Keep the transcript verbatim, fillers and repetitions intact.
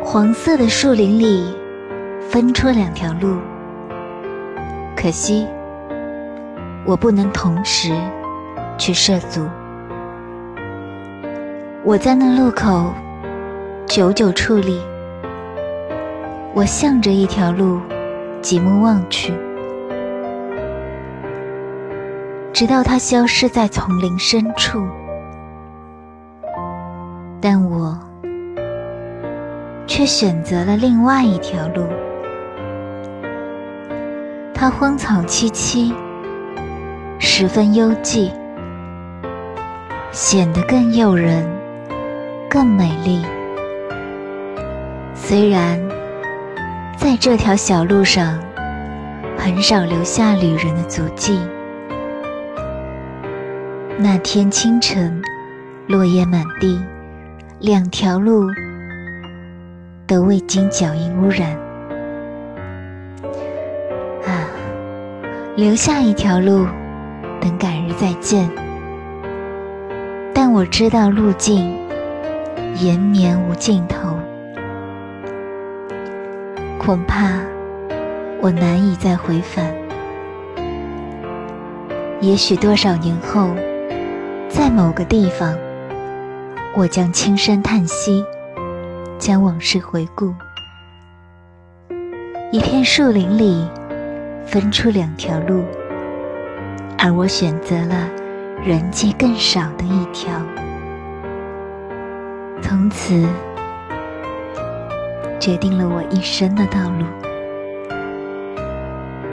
黄色的树林里分出两条路，可惜我不能同时去涉足。我在那路口久久矗立，我向着一条路极目望去，直到它消失在丛林深处。但我却选择了另外一条路，它荒草萋萋，十分幽寂，显得更诱人，更美丽。虽然在这条小路上很少留下旅人的足迹，那天清晨落叶满地，两条路都未经脚印污染。啊，留下一条路等改日再见。但我知道路径延绵无尽头，恐怕我难以再回返。也许多少年后，在某个地方，我将轻声叹息，将往事回顾。一片树林里分出两条路，而我选择了人迹更少的一条。从此决定了我一生的道路。